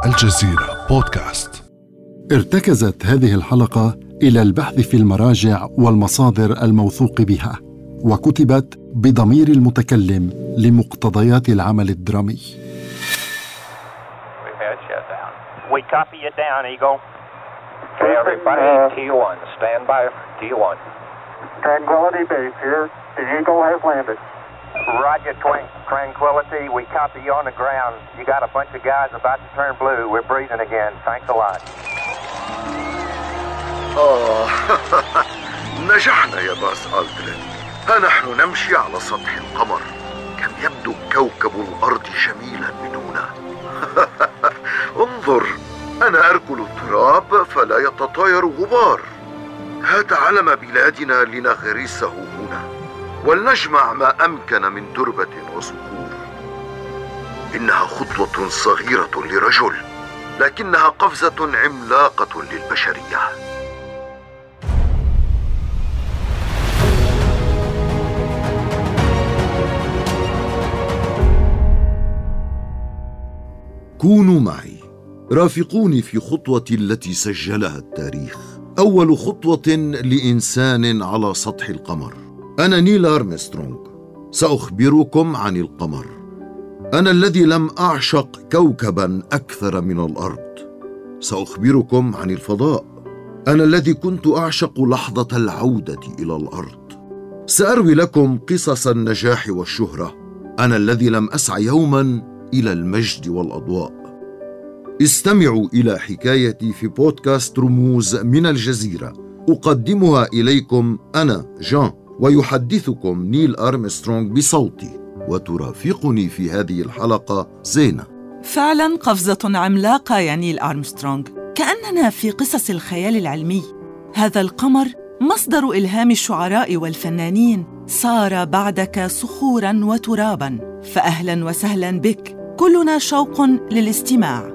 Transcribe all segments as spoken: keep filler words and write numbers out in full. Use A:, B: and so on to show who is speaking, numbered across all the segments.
A: الجزيرة بودكاست.
B: ارتكزت هذه الحلقة إلى البحث في المراجع والمصادر الموثوق بها، وكتبت بضمير المتكلم لمقتضيات العمل الدرامي.
C: We copy you down, Eagle. Okay, everybody, T one, stand by T one.
D: Tranquility Base here. The Eagle has landed.
C: Roger, Twin. Tranquility, we copy you on the ground. You got a bunch of guys about to turn blue. We're breathing again. Thanks a lot.
E: آه نجحنا يا باس ألدرين. ها نحن نمشي على سطح القمر. كم يبدو كوكب الأرض جميلا من هنا. انظر، أنا أركل التراب فلا يتطاير غبار. هات علم بلادنا لنغرسه هنا، ولنجمع ما أمكن من تربة وصخور. إنها خطوة صغيرة لرجل، لكنها قفزة عملاقة للبشرية.
F: كونوا معي، رافقوني في خطوة التي سجلها التاريخ، أول خطوة لإنسان على سطح القمر. أنا نيل أرمسترونغ، سأخبركم عن القمر. أنا الذي لم أعشق كوكبا أكثر من الأرض. سأخبركم عن الفضاء. أنا الذي كنت أعشق لحظة العودة إلى الأرض. سأروي لكم قصص النجاح والشهرة. أنا الذي لم أسعى يوما إلى المجد والأضواء. استمعوا إلى حكايتي في بودكاست رموز من الجزيرة، أقدمها إليكم أنا جان، ويحدثكم نيل أرمسترونغ بصوتي، وترافقني في هذه الحلقة زينة.
G: فعلا قفزة عملاقة يا نيل أرمسترونغ، كأننا في قصص الخيال العلمي. هذا القمر مصدر إلهام الشعراء والفنانين، صار بعدك صخوراً وتراباً، فأهلاً وسهلاً بك، كلنا شوق للاستماع.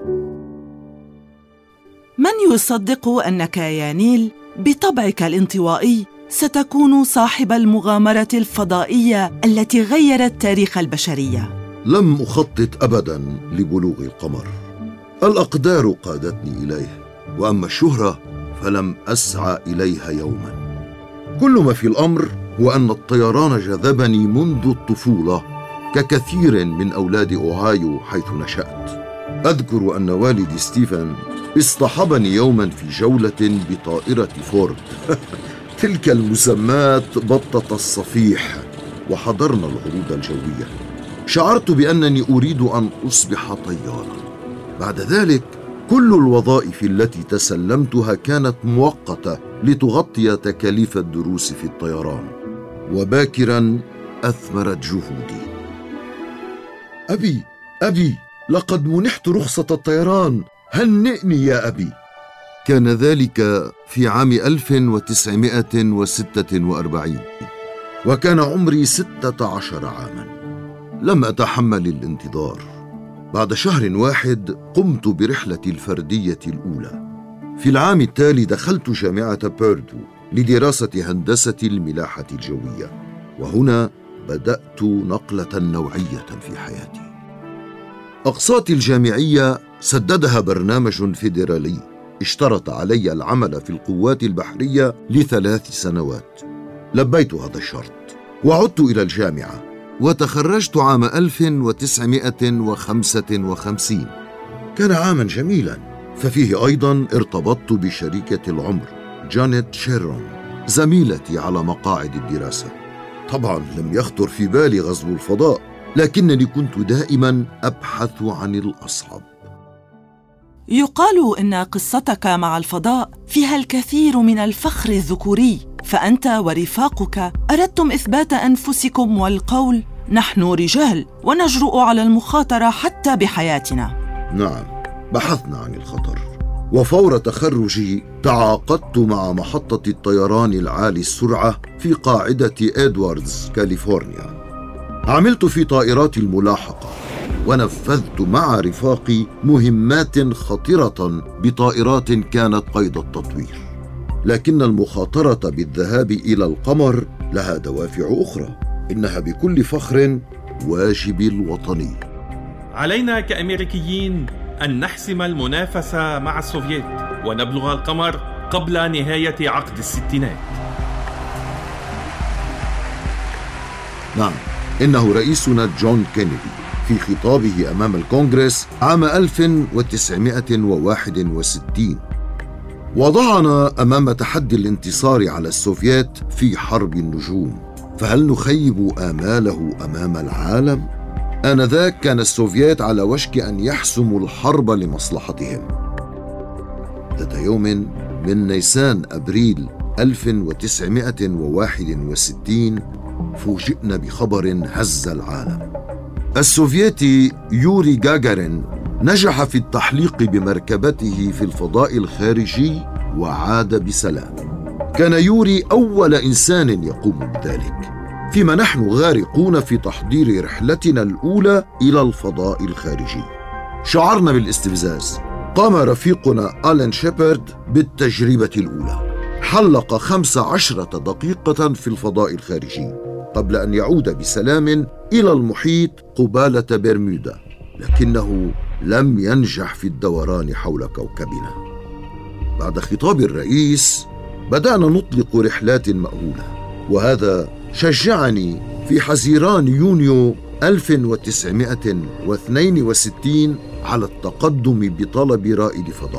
G: من يصدق أنك يا نيل بطبعك الانطوائي ستكون صاحب المغامرة الفضائية التي غيرت تاريخ البشرية؟
F: لم أخطط أبداً لبلوغ القمر، الأقدار قادتني إليه، وأما الشهرة فلم أسعى إليها يوماً. كل ما في الأمر هو أن الطيران جذبني منذ الطفولة، ككثير من أولاد أوهايو حيث نشأت. أذكر أن والدي ستيفن اصطحبني يوما في جولة بطائرة فورد تلك المسمات بطة الصفيح، وحضرنا العروض الجوية. شعرت بأنني أريد أن أصبح طيارا. بعد ذلك كل الوظائف التي تسلمتها كانت مؤقتة لتغطي تكاليف الدروس في الطيران، وباكرا أثمرت جهودي. أبي أبي لقد منحت رخصة الطيران، هنئني يا أبي. كان ذلك في عام ألف وتسعمائة وستة وأربعين، وكان عمري ستة عشر عاما. لم أتحمل الانتظار. بعد شهر واحد قمت برحلتي الفردية الأولى. في العام التالي دخلت جامعة بيردو لدراسة هندسة الملاحة الجوية، وهنا بدأت نقلة نوعية في حياتي. أقساطي الجامعية سددها برنامج فيدرالي اشترط علي العمل في القوات البحرية لثلاث سنوات. لبيت هذا الشرط وعدت إلى الجامعة، وتخرجت عام ألف وتسعمائة وخمسة وخمسين. كان عاما جميلا، ففيه أيضا ارتبطت بشريكة العمر جانيت شيرون، زميلتي على مقاعد الدراسة. طبعا لم يخطر في بالي غزو الفضاء، لكنني كنت دائما أبحث عن الأصعب.
G: يقال إن قصتك مع الفضاء فيها الكثير من الفخر الذكوري، فأنت ورفاقك أردتم إثبات أنفسكم والقول نحن رجال ونجرؤ على المخاطرة حتى بحياتنا.
F: نعم، بحثنا عن الخطر، وفور تخرجي تعاقدت مع محطة الطيران العالي السرعة في قاعدة إدواردز كاليفورنيا. عملت في طائرات الملاحقة، ونفذت مع رفاقي مهمات خطرة بطائرات كانت قيد التطوير. لكن المخاطرة بالذهاب إلى القمر لها دوافع أخرى، إنها بكل فخر واجبي الوطني.
H: علينا كأمريكيين أن نحسم المنافسة مع السوفييت ونبلغ القمر قبل نهاية عقد الستينات.
F: نعم، إنه رئيسنا جون كينيدي في خطابه أمام الكونغرس عام ألف وتسعمائة وواحد وستين وضعنا أمام تحدي الانتصار على السوفييت في حرب النجوم، فهل نخيب آماله أمام العالم؟ آنذاك كان السوفييت على وشك أن يحسموا الحرب لمصلحتهم. ذات يوم من نيسان أبريل ألف وتسعمائة وواحد وستين فوجئنا بخبر هز العالم. السوفيتي يوري غاغارين نجح في التحليق بمركبته في الفضاء الخارجي وعاد بسلام. كان يوري أول إنسان يقوم بذلك، فيما نحن غارقون في تحضير رحلتنا الأولى إلى الفضاء الخارجي. شعرنا بالاستفزاز. قام رفيقنا آلان شيبرد بالتجربة الأولى، حلق خمس عشرة دقيقة في الفضاء الخارجي قبل أن يعود بسلام إلى المحيط قبالة برمودا، لكنه لم ينجح في الدوران حول كوكبنا. بعد خطاب الرئيس بدأنا نطلق رحلات مأهولة، وهذا شجعني في حزيران يونيو ألف وتسعمائة واثنين وستين على التقدم بطلب رائد فضاء.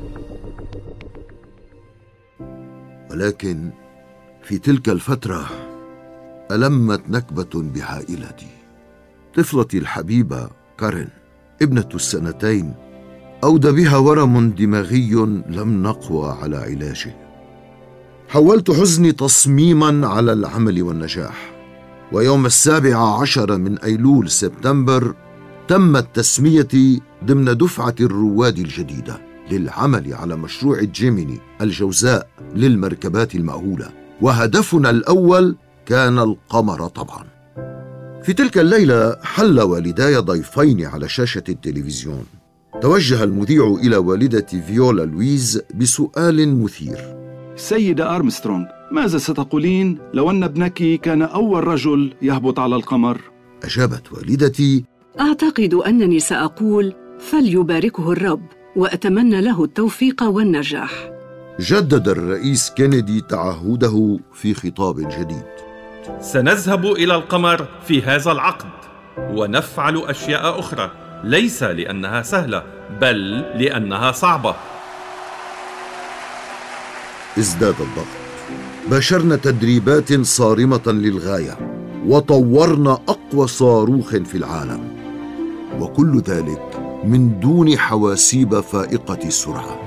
F: ولكن في تلك الفترة ألمت نكبة بعائلتي. طفلتي الحبيبة كارين ابنة السنتين أودى بها ورم دماغي لم نقوى على علاجه. حولت حزني تصميما على العمل والنجاح، ويوم السابع عشر من أيلول سبتمبر تمت تسميتي ضمن دفعة الرواد الجديدة للعمل على مشروع جيميني الجوزاء للمركبات المأهولة، وهدفنا الأول كان القمر طبعا. في تلك الليلة حل والداي ضيفين على شاشة التلفزيون. توجه المذيع إلى والدتي فيولا لويز بسؤال مثير:
I: سيدة أرمسترونغ، ماذا ستقولين لو أن ابنك كان أول رجل يهبط على القمر؟
F: أجابت والدتي:
J: أعتقد أنني سأقول فليباركه الرب، وأتمنى له التوفيق والنجاح.
F: جدد الرئيس كينيدي تعهده في خطاب جديد:
H: سنذهب إلى القمر في هذا العقد ونفعل أشياء أخرى، ليس لأنها سهلة بل لأنها صعبة.
F: ازداد الضغط. باشرنا تدريبات صارمة للغاية، وطورنا أقوى صاروخ في العالم، وكل ذلك من دون حواسيب فائقة السرعة.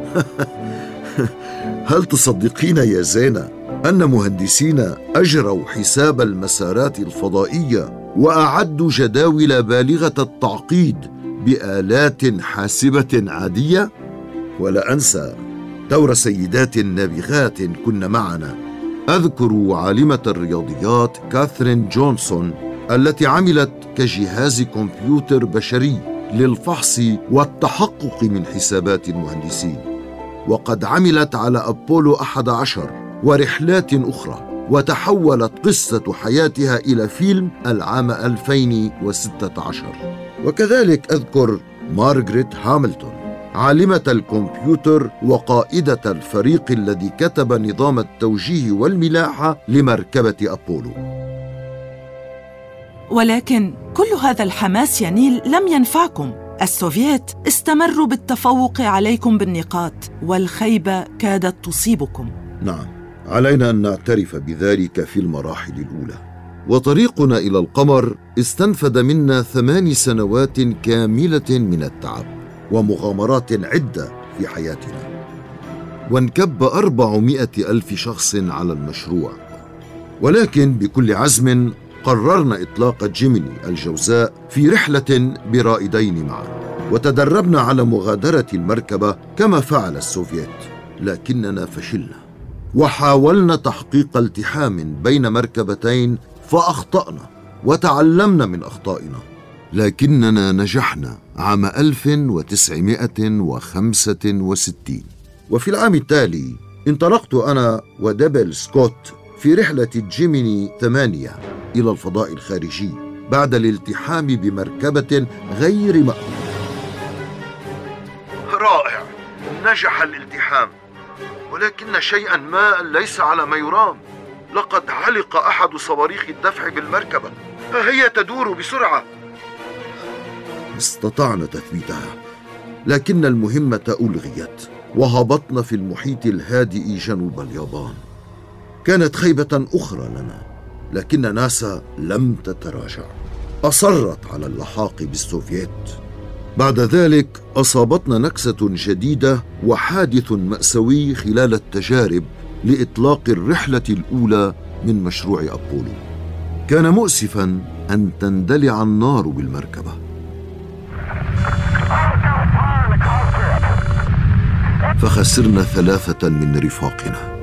F: هل تصدقين يا زينة أن مهندسين أجروا حساب المسارات الفضائية وأعدوا جداول بالغة التعقيد بآلات حاسبة عادية؟ ولا أنسى دور سيدات نابغات كن معنا. أذكر عالمة الرياضيات كاثرين جونسون التي عملت كجهاز كمبيوتر بشري للفحص والتحقق من حسابات المهندسين، وقد عملت على أبولو أحد عشر ورحلات أخرى، وتحولت قصة حياتها إلى فيلم العام ألفين وستة عشر. وكذلك أذكر مارغريت هاملتون عالمة الكمبيوتر وقائدة الفريق الذي كتب نظام التوجيه والملاحة لمركبة أبولو.
G: ولكن كل هذا الحماس يا نيل لم ينفعكم. السوفييت استمروا بالتفوق عليكم بالنقاط، والخيبة كادت تصيبكم.
F: نعم، علينا أن نعترف بذلك في المراحل الأولى. وطريقنا إلى القمر استنفد منا ثمان سنوات كاملة من التعب ومغامرات عدة في حياتنا، وانكب أربعمائة ألف شخص على المشروع. ولكن بكل عزم قررنا إطلاق جيميني الجوزاء في رحلة برائدين معا، وتدربنا على مغادرة المركبة كما فعل السوفييت، لكننا فشلنا، وحاولنا تحقيق التحام بين مركبتين فأخطأنا وتعلمنا من أخطائنا، لكننا نجحنا عام ألف وتسعمائة وخمسة وستين. وفي العام التالي انطلقت أنا ودبل سكوت في رحلة جيميني ثمانية إلى الفضاء الخارجي بعد الالتحام بمركبة غير مأهولة.
E: رائع، نجح الالتحام، ولكن شيئا ما ليس على ما يرام. لقد علق أحد صواريخ الدفع بالمركبة، فهي تدور بسرعة.
F: استطعنا تثبيتها، لكن المهمة ألغيت، وهبطنا في المحيط الهادئ جنوب اليابان. كانت خيبة أخرى لنا، لكن ناسا لم تتراجع، أصرت على اللحاق بالسوفييت. بعد ذلك أصابتنا نكسة جديدة وحادث مأساوي خلال التجارب لإطلاق الرحلة الأولى من مشروع أبولو. كان مؤسفاً أن تندلع النار بالمركبة. فخسرنا ثلاثة من رفاقنا.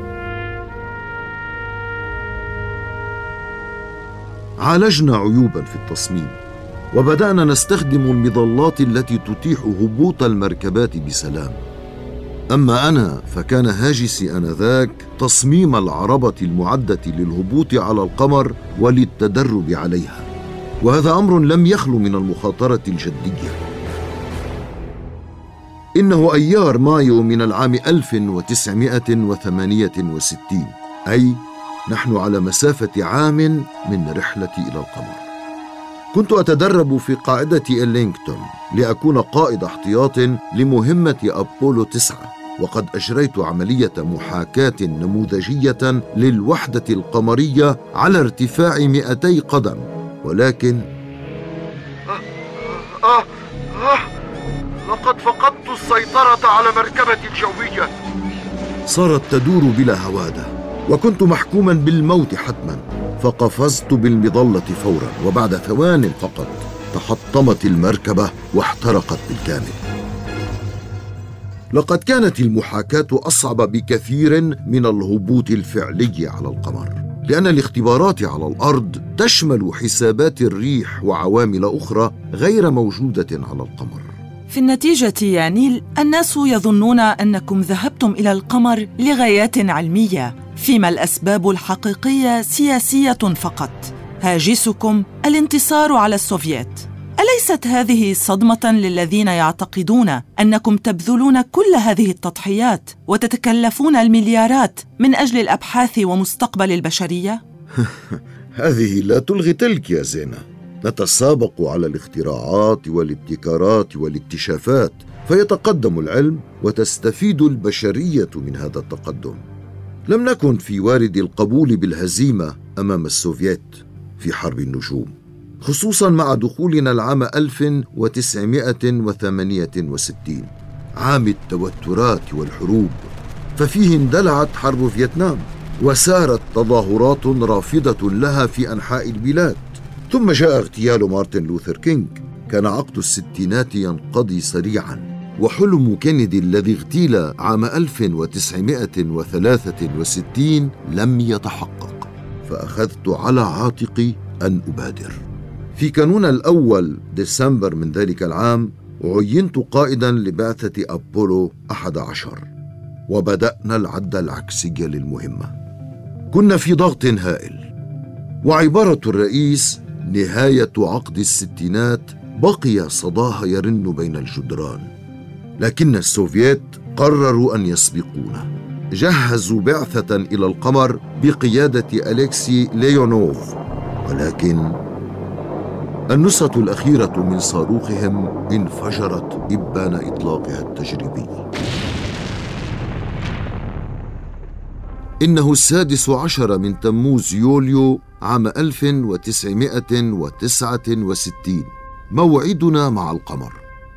F: عالجنا عيوباً في التصميم، وبدأنا نستخدم المظلات التي تتيح هبوط المركبات بسلام. أما أنا فكان هاجسي آنذاك تصميم العربة المعدة للهبوط على القمر وللتدرب عليها، وهذا أمر لم يخلو من المخاطرة الجدية. إنه أيار مايو من العام ألف وتسعمائة وثمانية وستين، أي نحن على مسافة عام من رحلتي إلى القمر. كنت أتدرب في قاعدة إلينغتون لأكون قائد احتياط لمهمة أبولو تسعة، وقد أجريت عملية محاكاة نموذجية للوحدة القمرية على ارتفاع مئتي قدم، ولكن
E: آه آه آه لقد فقدت السيطرة على مركبتي الجوية.
F: صارت تدور بلا هوادة، وكنت محكوما بالموت حتما، فقفزت بالمظلة فورا، وبعد ثوان فقط تحطمت المركبة واحترقت بالكامل. لقد كانت المحاكاة أصعب بكثير من الهبوط الفعلي على القمر، لأن الاختبارات على الأرض تشمل حسابات الريح وعوامل أخرى غير موجودة على القمر.
G: في النتيجة يا نيل، الناس يظنون أنكم ذهبتم إلى القمر لغايات علمية، فيما الأسباب الحقيقية سياسية فقط. هاجسكم الانتصار على السوفييت. أليست هذه صدمة للذين يعتقدون أنكم تبذلون كل هذه التضحيات وتتكلفون المليارات من أجل الأبحاث ومستقبل البشرية؟
F: هذه لا تلغي تلك يا زينة. نتسابق على الاختراعات والابتكارات والاكتشافات، فيتقدم العلم وتستفيد البشرية من هذا التقدم. لم نكن في وارد القبول بالهزيمة أمام السوفييت في حرب النجوم، خصوصا مع دخولنا العام ألف وتسعمائة وثمانية وستين، عام التوترات والحروب، ففيه اندلعت حرب فيتنام وسارت تظاهرات رافضة لها في أنحاء البلاد. ثم جاء اغتيال مارتن لوثر كينغ. كان عقد الستينات ينقضي سريعا، وحلم كينيدي الذي اغتيل عام ألف وتسعمائة وثلاثة وستين لم يتحقق، فأخذت على عاتقي أن أبادر. في كانون الأول ديسمبر من ذلك العام عينت قائدا لبعثة أبولو أحد عشر، وبدأنا العد العكسي للمهمة. كنا في ضغط هائل، وعبارة الرئيس نهاية عقد الستينات بقي صداها يرن بين الجدران، لكن السوفييت قرروا أن يسبقونا. جهزوا بعثة إلى القمر بقيادة أليكسي ليونوف، ولكن النسخة الأخيرة من صاروخهم انفجرت إبان إطلاقها التجريبي. إنه السادس عشر من تموز يوليو عام ألف وتسعمائة وتسعة وستين، موعدنا مع القمر.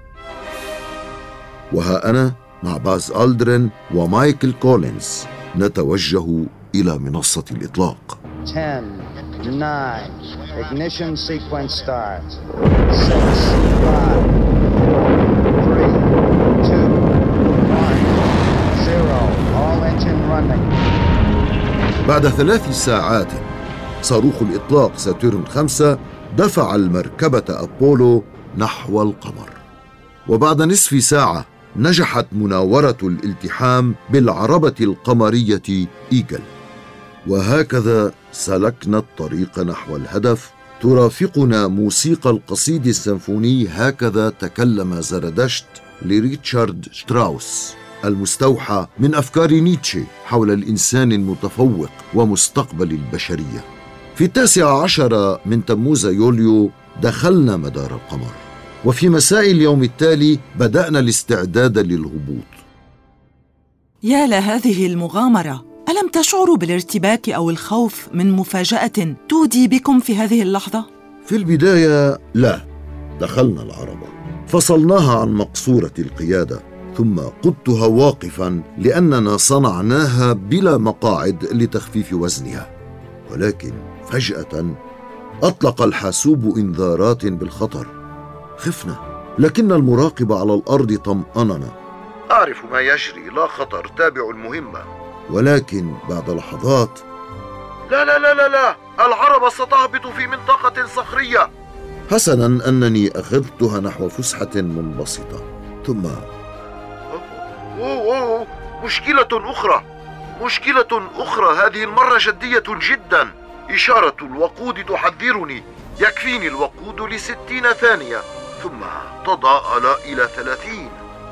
F: وها أنا مع باز ألدرين ومايكل كولينز نتوجه إلى منصة الإطلاق.
K: ten, nine, ignition sequence starts. six, five, three, two, one, zero. All engine running.
F: بعد ثلاث ساعات صاروخ الإطلاق ساتيرن خمسة دفع المركبة أبولو نحو القمر، وبعد نصف ساعة نجحت مناورة الالتحام بالعربة القمرية إيجل. وهكذا سلكنا الطريق نحو الهدف ترافقنا موسيقى القصيد السيمفوني. هكذا تكلم زرادشت لريتشارد شتراوس، المستوحى من أفكار نيتشه حول الإنسان المتفوق ومستقبل البشرية. في التاسع عشر من تموز يوليو دخلنا مدار القمر، وفي مساء اليوم التالي بدأنا الاستعداد للهبوط.
G: يا لهذه المغامرة! ألم تشعروا بالارتباك أو الخوف من مفاجأة تودي بكم في هذه اللحظة؟
F: في البداية لا. دخلنا العربة، فصلناها عن مقصورة القيادة، ثم قدتها واقفا لأننا صنعناها بلا مقاعد لتخفيف وزنها. ولكن فجأة أطلق الحاسوب إنذارات بالخطر. خفنا، لكن المراقب على الأرض طمأننا.
E: أعرف ما يجري، لا خطر، تابعوا المهمة.
F: ولكن بعد لحظات:
E: لا لا لا لا لا، العربة ستهبط في منطقة صخرية.
F: حسنا أنني أخذتها نحو فسحة منبسطة. ثم
E: أوه أوه مشكلة أخرى، مشكلة أخرى، هذه المرة جدية جدا. إشارة الوقود تحذرني. يكفيني الوقود لستين ثانية، ثم تضاءل إلى ثلاثين.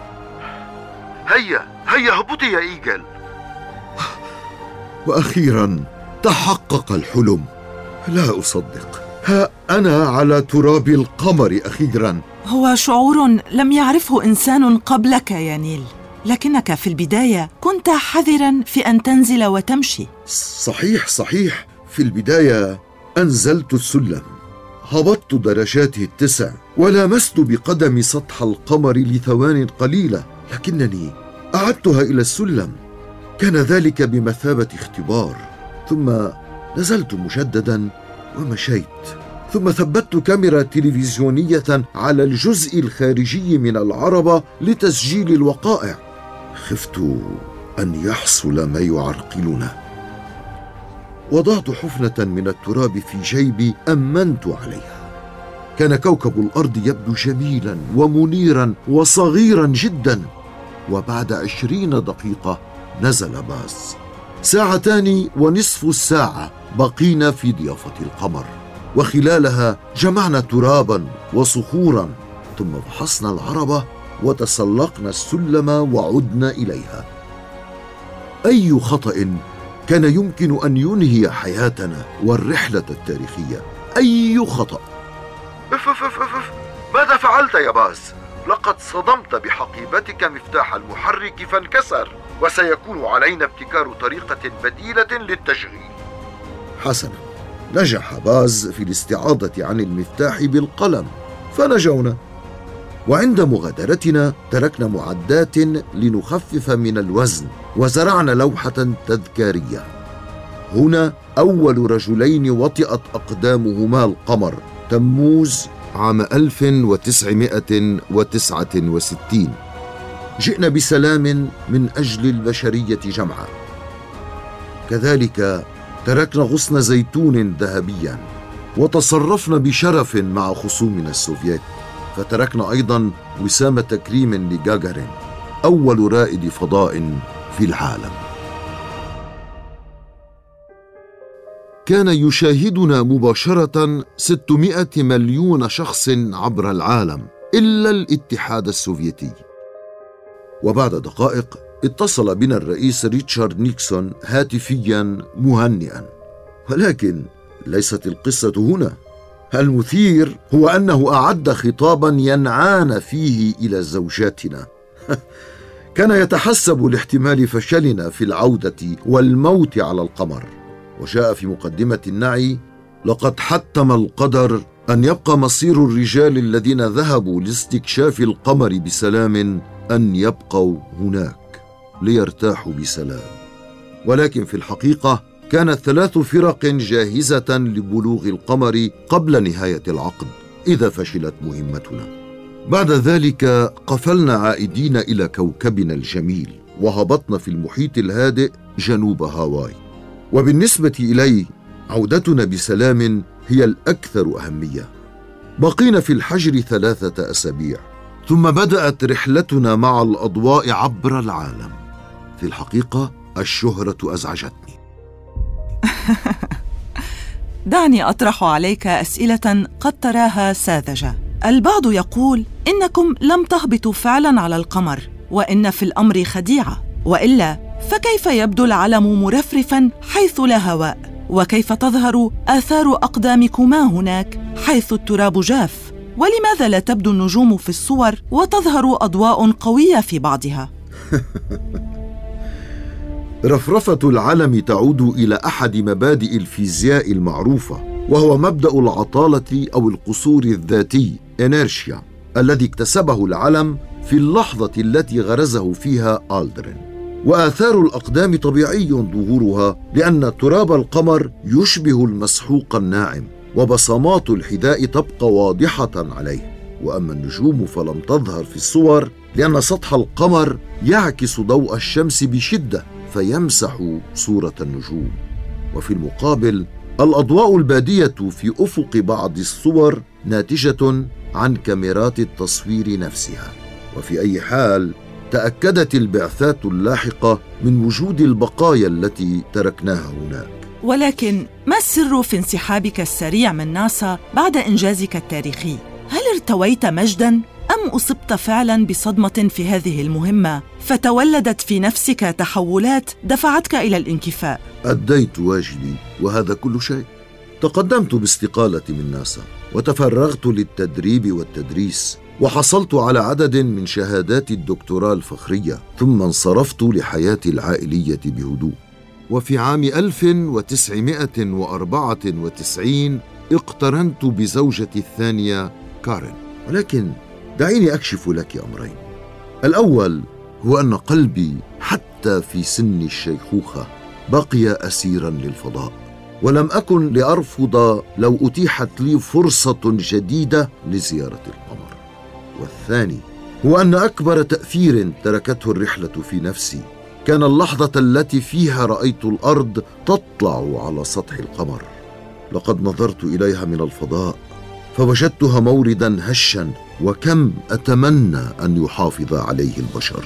E: هيا هيا هبطي يا إيجل.
F: وأخيرا تحقق الحلم. لا أصدق، ها أنا على تراب القمر أخيرا.
G: هو شعور لم يعرفه إنسان قبلك يا نيل، لكنك في البداية كنت حذرا في أن تنزل وتمشي.
F: صحيح صحيح، في البداية أنزلت السلم، هبطت درجاته التسع، ولامست بقدمي سطح القمر لثوان قليلة، لكنني أعدتها إلى السلم. كان ذلك بمثابة اختبار. ثم نزلت مجددا ومشيت، ثم ثبتت كاميرا تلفزيونية على الجزء الخارجي من العربة لتسجيل الوقائع. خفت أن يحصل ما يعرقلنا. وضعت حفنة من التراب في جيبي أمنت عليها. كان كوكب الأرض يبدو جميلا ومنيرا وصغيرا جدا. وبعد عشرين دقيقة نزل باز. ساعتان ونصف الساعة بقينا في ضيافة القمر، وخلالها جمعنا ترابا وصخورا، ثم فحصنا العربة وتسلقنا السلم وعدنا إليها. أي خطأ كان يمكن أن ينهي حياتنا والرحلة التاريخية؟ أي خطأ؟
E: أف أف أف أف. ماذا فعلت يا باز؟ لقد صدمت بحقيبتك مفتاح المحرك فانكسر، وسيكون علينا ابتكار طريقة بديلة للتشغيل.
F: حسنا، نجح باز في الاستعاضة عن المفتاح بالقلم فنجونا. وعند مغادرتنا تركنا معدات لنخفف من الوزن، وزرعنا لوحة تذكارية. هنا أول رجلين وطئت أقدامهما القمر، تموز عام ألف وتسعمائة وتسعة وستين. جئنا بسلام من أجل البشرية جمعاء. كذلك تركنا غصن زيتون ذهبيا، وتصرفنا بشرف مع خصومنا السوفييت. فتركنا أيضا وسام تكريم لجاجارين، أول رائد فضاء في العالم. كان يشاهدنا مباشرة ستمائة مليون شخص عبر العالم إلا الاتحاد السوفيتي. وبعد دقائق اتصل بنا الرئيس ريتشارد نيكسون هاتفيا مهنئا. ولكن ليست القصة هنا. المثير هو أنه أعد خطابا ينعان فيه إلى زوجاتنا. كان يتحسب لاحتمال فشلنا في العودة والموت على القمر، وجاء في مقدمة النعي: لقد حتم القدر أن يبقى مصير الرجال الذين ذهبوا لاستكشاف القمر بسلام أن يبقوا هناك ليرتاحوا بسلام. ولكن في الحقيقة كانت ثلاث فرق جاهزة لبلوغ القمر قبل نهاية العقد إذا فشلت مهمتنا. بعد ذلك قفلنا عائدين إلى كوكبنا الجميل، وهبطنا في المحيط الهادئ جنوب هاواي. وبالنسبة إلي عودتنا بسلام هي الأكثر أهمية. بقينا في الحجر ثلاثة أسابيع، ثم بدأت رحلتنا مع الأضواء عبر العالم. في الحقيقة الشهرة أزعجتني.
G: دعني أطرح عليك أسئلة قد تراها ساذجة. البعض يقول إنكم لم تهبطوا فعلاً على القمر، وإن في الأمر خديعة، وإلا فكيف يبدو العلم مرفرفاً حيث لا هواء؟ وكيف تظهر آثار أقدامكما هناك حيث التراب جاف؟ ولماذا لا تبدو النجوم في الصور وتظهر أضواء قوية في بعضها؟
F: رفرفة العلم تعود إلى أحد مبادئ الفيزياء المعروفة، وهو مبدأ العطالة أو القصور الذاتي إنيرشيا، الذي اكتسبه العلم في اللحظة التي غرزه فيها ألدرين. وآثار الأقدام طبيعي ظهورها لأن تراب القمر يشبه المسحوق الناعم، وبصمات الحذاء تبقى واضحة عليه. وأما النجوم فلم تظهر في الصور لأن سطح القمر يعكس ضوء الشمس بشدة فيمسح صورة النجوم. وفي المقابل الأضواء البادية في أفق بعض الصور ناتجة عن كاميرات التصوير نفسها. وفي أي حال تأكدت البعثات اللاحقة من وجود البقايا التي تركناها هناك.
G: ولكن ما السر في انسحابك السريع من ناسا بعد إنجازك التاريخي؟ هل ارتويت مجداً أم أصبت فعلاً بصدمة في هذه المهمة فتولدت في نفسك تحولات دفعتك إلى الانكفاء؟
F: أديت واجبي وهذا كل شيء. تقدمت باستقالتي من ناسا وتفرغت للتدريب والتدريس، وحصلت على عدد من شهادات الدكتوراه الفخرية، ثم انصرفت لحياتي العائلية بهدوء. وفي عام ألف وتسعمائة وأربعة وتسعين اقترنت بزوجتي الثانية كارين. ولكن دعيني أكشف لك أمرين. الأول هو أن قلبي حتى في سن الشيخوخة بقي أسيراً للفضاء، ولم أكن لأرفض لو أتيحت لي فرصة جديدة لزيارة القمر. والثاني هو أن أكبر تأثير تركته الرحلة في نفسي كان اللحظة التي فيها رأيت الأرض تطلع على سطح القمر. لقد نظرت إليها من الفضاء فوجدتها مورداً هشاً، وكم أتمنى أن يحافظ عليه البشر.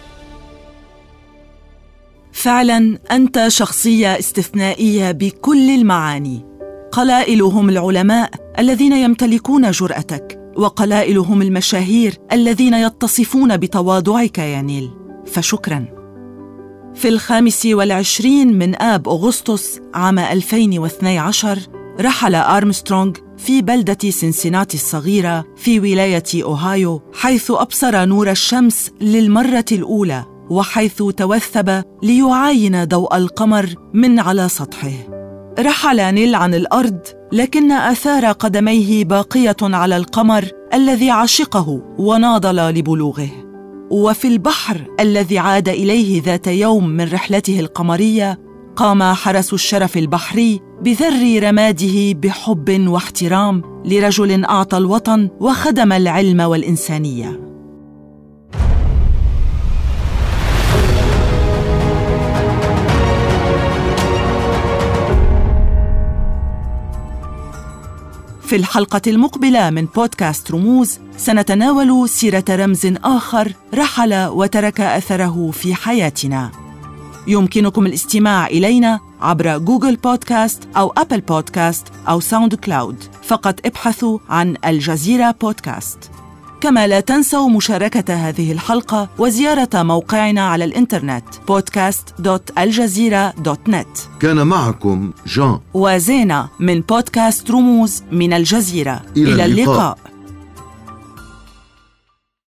G: فعلاً أنت شخصية استثنائية بكل المعاني. قلائل هم العلماء الذين يمتلكون جرأتك، وقلائل هم المشاهير الذين يتصفون بتواضعك يا نيل، فشكراً. في الخامس والعشرين من آب أغسطس عام ألفين واثني عشر رحل أرمسترونغ في بلدة سنسناتي الصغيرة في ولاية أوهايو، حيث أبصر نور الشمس للمرة الأولى، وحيث توثب ليعاين ضوء القمر من على سطحه. رحل نيل عن الأرض، لكن آثار قدميه باقية على القمر الذي عشقه وناضل لبلوغه. وفي البحر الذي عاد إليه ذات يوم من رحلته القمرية، قام حرس الشرف البحري بذر رماده بحب واحترام لرجل أعطى الوطن وخدم العلم والإنسانية. في الحلقة المقبلة من بودكاست رموز سنتناول سيرة رمز آخر رحل وترك أثره في حياتنا. يمكنكم الاستماع إلينا عبر جوجل بودكاست أو أبل بودكاست أو ساوند كلاود، فقط ابحثوا عن الجزيرة بودكاست. كما لا تنسوا مشاركة هذه الحلقة وزيارة موقعنا على الإنترنت بودكاست دوت الجزيرة دوت نت.
F: كان معكم جان
G: وزينة من بودكاست رموز من الجزيرة.
F: إلى,
G: إلى اللقاء, اللقاء.